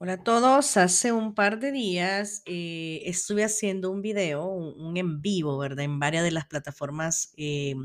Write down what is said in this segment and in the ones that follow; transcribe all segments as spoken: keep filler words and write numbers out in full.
Hola a todos, hace un par de días eh, estuve haciendo un video, un, un en vivo, ¿verdad? En varias de las plataformas eh,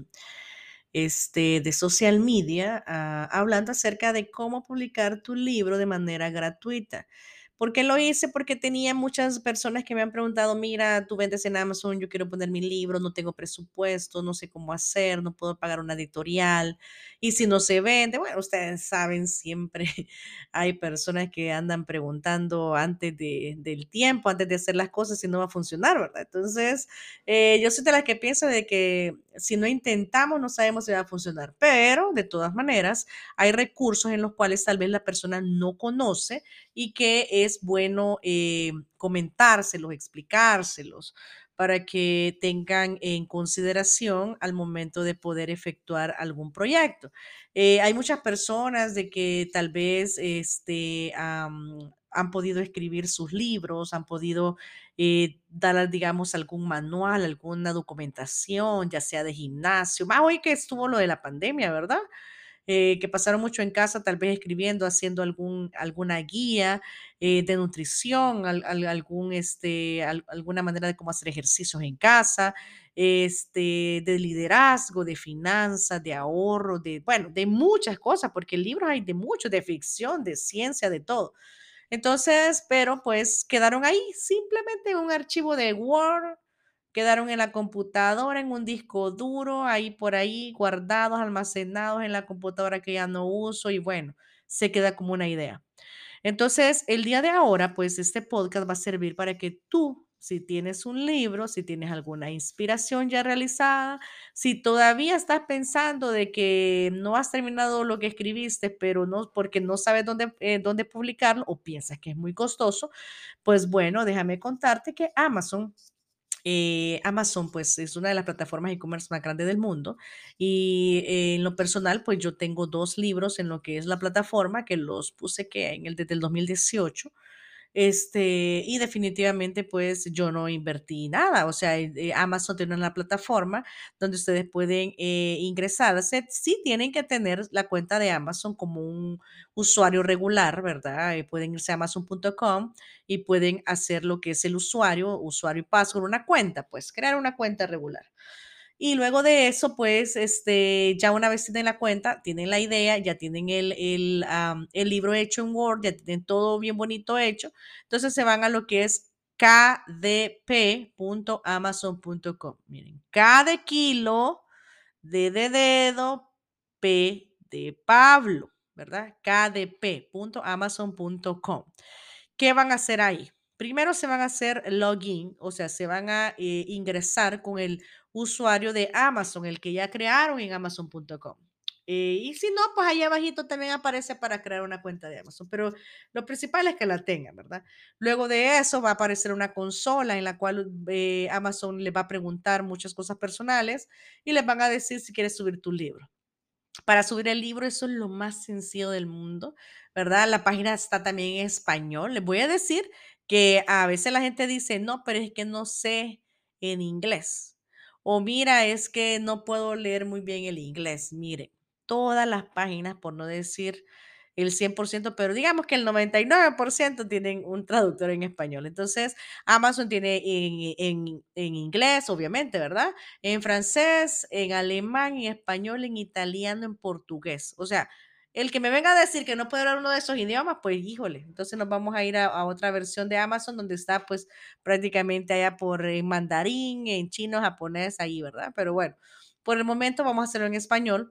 este, de social media, ah, hablando acerca de cómo publicar tu libro de manera gratuita. ¿Por qué lo hice? Porque tenía muchas personas que me han preguntado, mira, tú vendes en Amazon, yo quiero poner mi libro, no tengo presupuesto, no sé cómo hacer, no puedo pagar una editorial. Y si no se vende, bueno, ustedes saben, siempre hay personas que andan preguntando antes de, del tiempo, antes de hacer las cosas, si no va a funcionar, ¿verdad? Entonces, eh, yo soy de las que pienso de que si no intentamos, no sabemos si va a funcionar, pero de todas maneras, hay recursos en los cuales tal vez la persona no conoce y que es bueno eh, comentárselos, explicárselos para que tengan en consideración al momento de poder efectuar algún proyecto. Eh, hay muchas personas de que tal vez este, am, han podido escribir sus libros, han podido eh, dar, digamos, algún manual, alguna documentación, ya sea de gimnasio, más hoy que estuvo lo de la pandemia, ¿verdad? Eh, que pasaron mucho en casa, tal vez escribiendo, haciendo algún, alguna guía eh, de nutrición, al- al- algún, este, al- alguna manera de cómo hacer ejercicios en casa, este, de liderazgo, de finanzas, de ahorro, de, bueno, de muchas cosas, porque libros hay de muchos, de ficción, de ciencia, de todo. Entonces, pero pues quedaron ahí, simplemente en un archivo de Word, quedaron en la computadora, en un disco duro, ahí por ahí guardados, almacenados en la computadora que ya no uso y bueno, se queda como una idea. Entonces, el día de ahora, pues este podcast va a servir para que tú, si tienes un libro, si tienes alguna inspiración ya realizada, si todavía estás pensando de que no has terminado lo que escribiste, pero no porque no sabes dónde, eh, dónde publicarlo o piensas que es muy costoso, pues bueno, déjame contarte que Amazon eh, Amazon, pues, es una de las plataformas e-commerce más grandes del mundo y, eh, en lo personal, pues, yo tengo dos libros en lo que es la plataforma que los puse, que en el desde el dos mil dieciocho. Este, y definitivamente, pues, yo no invertí nada, o sea, eh, eh, Amazon tiene una plataforma donde ustedes pueden, eh, ingresarse. Sí tienen que tener la cuenta de Amazon como un usuario regular, ¿verdad? Eh, pueden irse a amazon punto com y pueden hacer lo que es el usuario, usuario y password, una cuenta, pues, crear una cuenta regular. Y luego de eso, pues, este, ya una vez tienen la cuenta, tienen la idea, ya tienen el, el, am, el libro hecho en Word, ya tienen todo bien bonito hecho. Entonces se van a lo que es k d p punto amazon punto com. Miren, K de kilo, D de dedo, P de Pablo, ¿verdad? k d p punto amazon punto com. ¿Qué van a hacer ahí? Primero se van a hacer login, o sea, se van a eh, ingresar con el usuario de Amazon, el que ya crearon en amazon punto com. Eh, y si no, pues ahí abajito también aparece para crear una cuenta de Amazon, pero lo principal es que la tengan, ¿verdad? Luego de eso va a aparecer una consola en la cual eh, Amazon le va a preguntar muchas cosas personales y les van a decir si quieres subir tu libro. Para subir el libro, eso es lo más sencillo del mundo, ¿verdad? La página está también en español. Les voy a decir que a veces la gente dice, no, pero es que no sé en inglés. O mira, es que no puedo leer muy bien el inglés. Mire, todas las páginas, por no decir el cien por ciento, pero digamos que el noventa y nueve por ciento tienen un traductor en español. Entonces, Amazon tiene en, en, en inglés, obviamente, ¿verdad? En francés, en alemán, en español, en italiano, en portugués. O sea, el que me venga a decir que no puede hablar uno de esos idiomas, pues híjole, entonces nos vamos a ir a, a otra versión de Amazon donde está pues prácticamente allá por en mandarín, en chino, japonés, ahí, ¿verdad? Pero bueno, por el momento vamos a hacerlo en español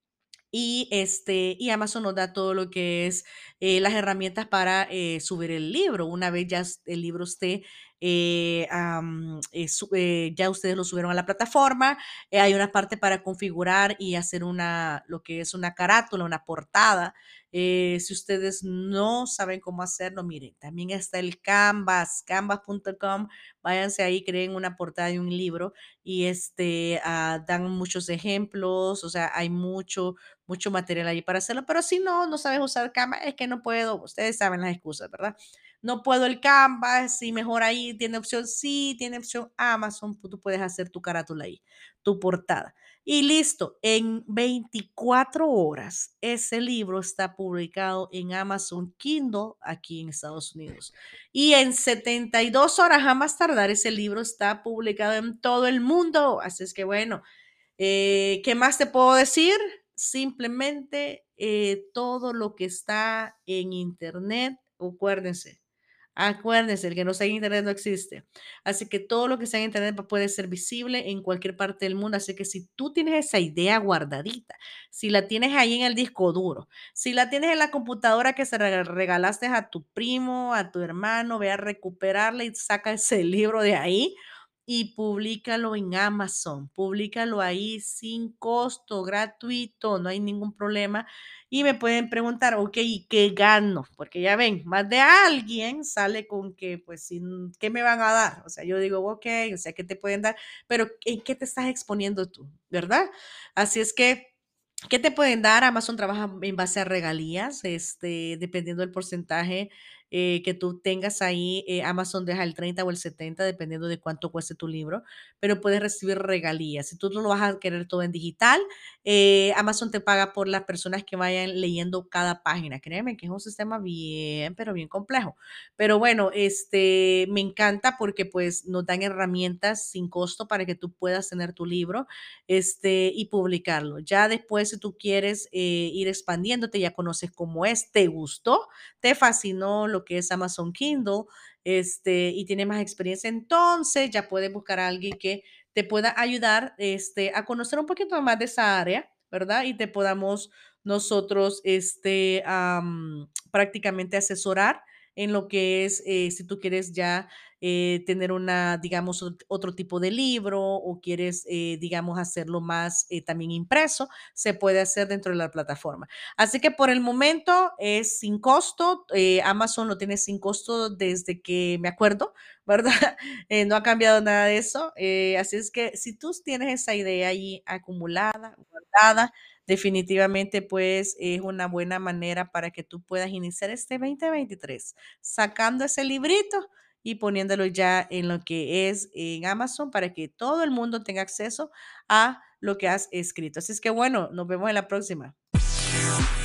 y, este, y Amazon nos da todo lo que es eh, las herramientas para eh, subir el libro. Una vez ya s- el libro esté, eh, am, eh, su- eh, ya ustedes lo subieron a la plataforma, eh, hay una parte para configurar y hacer una, lo que es una carátula, una portada. Eh, si ustedes no saben cómo hacerlo, miren, también está el Canvas, canvas punto com. Váyanse ahí, creen una portada de un libro y este, ah, dan muchos ejemplos, o sea, hay mucho mucho material ahí para hacerlo, pero si no, no sabes usar Canva, es que no puedo, ustedes saben las excusas, ¿verdad? No puedo el Canva, si mejor ahí tiene opción, sí, tiene opción Amazon, tú puedes hacer tu carátula ahí, tu portada. Y listo, en veinticuatro horas ese libro está publicado en Amazon Kindle aquí en Estados Unidos. Y en setenta y dos horas a más tardar ese libro está publicado en todo el mundo. Así es que bueno, eh, ¿qué más te puedo decir? Simplemente eh, todo lo que está en internet, acuérdense, acuérdense, el que no está en internet no existe. Así que todo lo que está en internet va- puede ser visible en cualquier parte del mundo. Así que si tú tienes esa idea guardadita, si la tienes ahí en el disco duro, si la tienes en la computadora que se rega- regalaste a tu primo, a tu hermano, ve a recuperarla y saca ese libro de ahí y públicalo en Amazon, públicalo ahí sin costo, gratuito, no hay ningún problema. Y me pueden preguntar, ok, ¿y qué gano? Porque ya ven, más de alguien sale con que, pues, sin, ¿qué me van a dar? O sea, yo digo, ok, o sea, ¿qué te pueden dar? Pero ¿en qué te estás exponiendo tú? ¿Verdad? Así es que, ¿qué te pueden dar? Amazon trabaja en base a regalías, este, dependiendo del porcentaje eh, que tú tengas ahí. eh, Amazon deja el treinta o el setenta, dependiendo de cuánto cueste tu libro, pero puedes recibir regalías. Si tú no lo vas a querer todo en digital, eh, Amazon te paga por las personas que vayan leyendo cada página. Créeme que es un sistema bien, pero bien complejo. Pero bueno, este, me encanta porque pues nos dan herramientas sin costo para que tú puedas tener tu libro este, y publicarlo. Ya después, si tú quieres eh, ir expandiéndote, ya conoces cómo es, te gustó, te fascinó lo que es Amazon Kindle, este, y tienes más experiencia, entonces ya puedes buscar a alguien que te pueda ayudar este, a conocer un poquito más de esa área, ¿verdad? Y te podamos nosotros este, am, prácticamente asesorar en lo que es, eh, si tú quieres ya eh, tener una, digamos, ot- otro tipo de libro o quieres, eh, digamos, hacerlo más eh, también impreso, se puede hacer dentro de la plataforma. Así que por el momento es sin costo. eh, Amazon lo tiene sin costo desde que me acuerdo, ¿verdad? Eh, no ha cambiado nada de eso. eh, así es que si tú tienes esa idea ahí acumulada, guardada, definitivamente pues es una buena manera para que tú puedas iniciar este veinte veintitrés sacando ese librito y poniéndolo ya en lo que es en Amazon para que todo el mundo tenga acceso a lo que has escrito. Así es que bueno, nos vemos en la próxima.